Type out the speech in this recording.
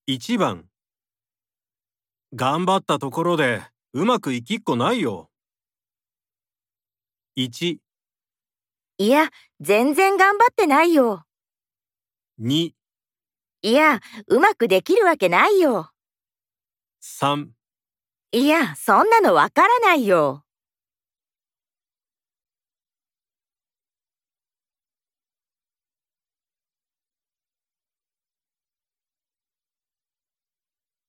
1番。頑張ったところでうまくいきっこないよ。1、 いや、全然頑張ってないよ。 2、 いや、うまくできるわけないよ。 3 いや、そんなのわからないよ。